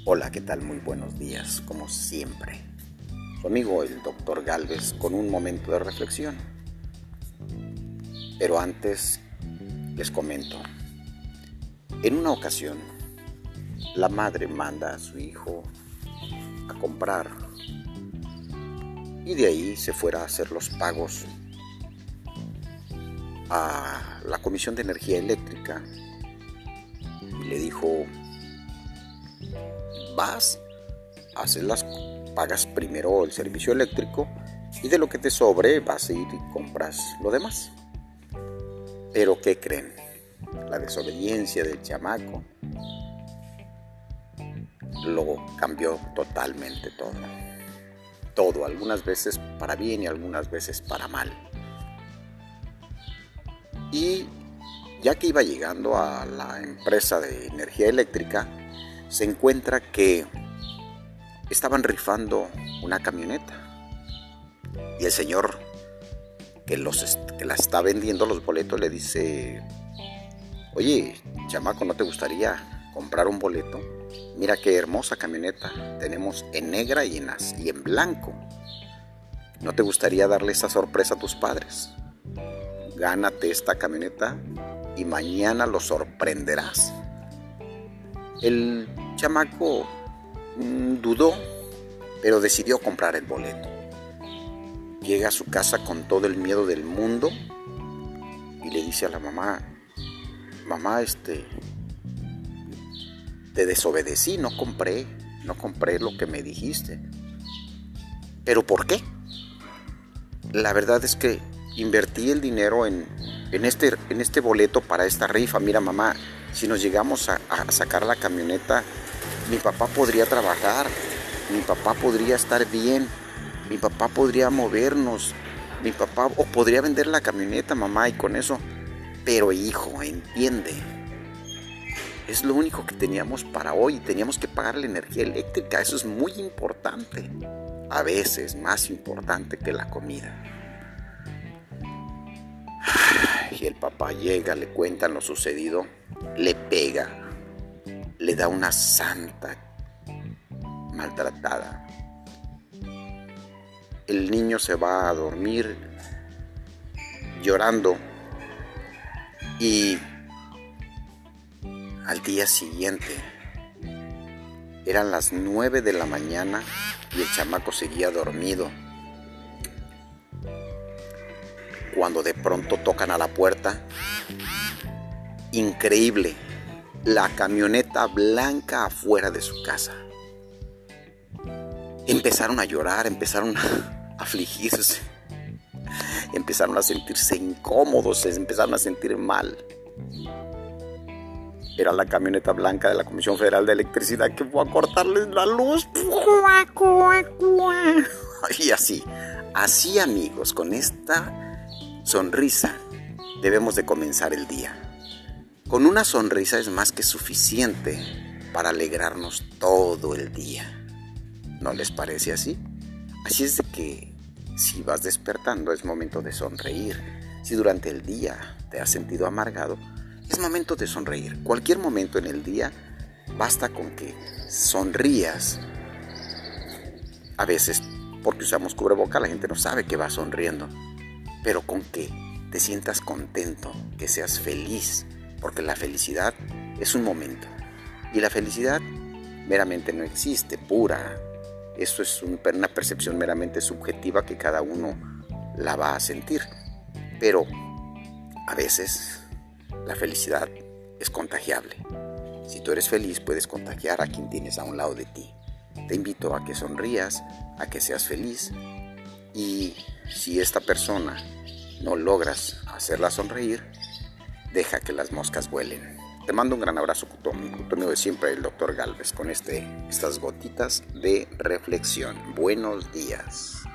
Hola, ¿qué tal? Muy buenos días, como siempre. Su amigo el Dr. Galvez con un momento de reflexión. Pero antes les comento. En una ocasión, la madre manda a su hijo a comprar y de ahí se fuera a hacer los pagos a la Comisión de Energía Eléctrica y le dijo: vas, pagas primero el servicio eléctrico y de lo que te sobre vas a ir y compras lo demás. Pero ¿qué creen? La desobediencia del chamaco lo cambió totalmente todo. Todo, algunas veces para bien y algunas veces para mal. Y ya que iba llegando a la empresa de energía eléctrica, se encuentra que estaban rifando una camioneta. Y el señor que la está vendiendo los boletos le dice: oye, chamaco, ¿no te gustaría comprar un boleto? Mira qué hermosa camioneta tenemos en negra y en blanco. ¿No te gustaría darle esa sorpresa a tus padres? Gánate esta camioneta y mañana los sorprenderás. El chamaco dudó, pero decidió comprar el boleto. Llega a su casa con todo el miedo del mundo y le dice a la mamá: mamá, te desobedecí, no compré lo que me dijiste. ¿Pero por qué? La verdad es que invertí el dinero en este boleto para esta rifa. Mira, mamá, si nos llegamos a sacar la camioneta, mi papá podría trabajar, mi papá podría estar bien, mi papá podría movernos, mi papá o podría vender la camioneta, mamá, y con eso. Pero hijo, entiende, es lo único que teníamos para hoy. Teníamos que pagar la energía eléctrica, eso es muy importante, a veces más importante que la comida. Y el papá llega, le cuentan lo sucedido, le pega, le da una santa maltratada. El niño se va a dormir llorando y al día siguiente eran las 9 de la mañana y el chamaco seguía dormido. Cuando de pronto tocan a la puerta, increíble, la camioneta blanca afuera de su casa. Empezaron a llorar, empezaron a afligirse, empezaron a sentirse incómodos, se empezaron a sentir mal. Era la camioneta blanca de la Comisión Federal de Electricidad que fue a cortarles la luz. Y así amigos, con esta sonrisa debemos de comenzar el día. Con una sonrisa es más que suficiente para alegrarnos todo el día. ¿No les parece así? Así es de que si vas despertando es momento de sonreír. Si durante el día te has sentido amargado, es momento de sonreír. Cualquier momento en el día basta con que sonrías. A veces, porque usamos cubrebocas, la gente no sabe que va sonriendo. Pero con que te sientas contento, que seas feliz, porque la felicidad es un momento. Y la felicidad meramente no existe, pura. Eso es una percepción meramente subjetiva que cada uno la va a sentir. Pero a veces la felicidad es contagiable. Si tú eres feliz, puedes contagiar a quien tienes a un lado de ti. Te invito a que sonrías, a que seas feliz. Y si esta persona no logras hacerla sonreír, deja que las moscas vuelen. Te mando un gran abrazo, tu amigo de siempre, el Dr. Galvez, con estas gotitas de reflexión. Buenos días.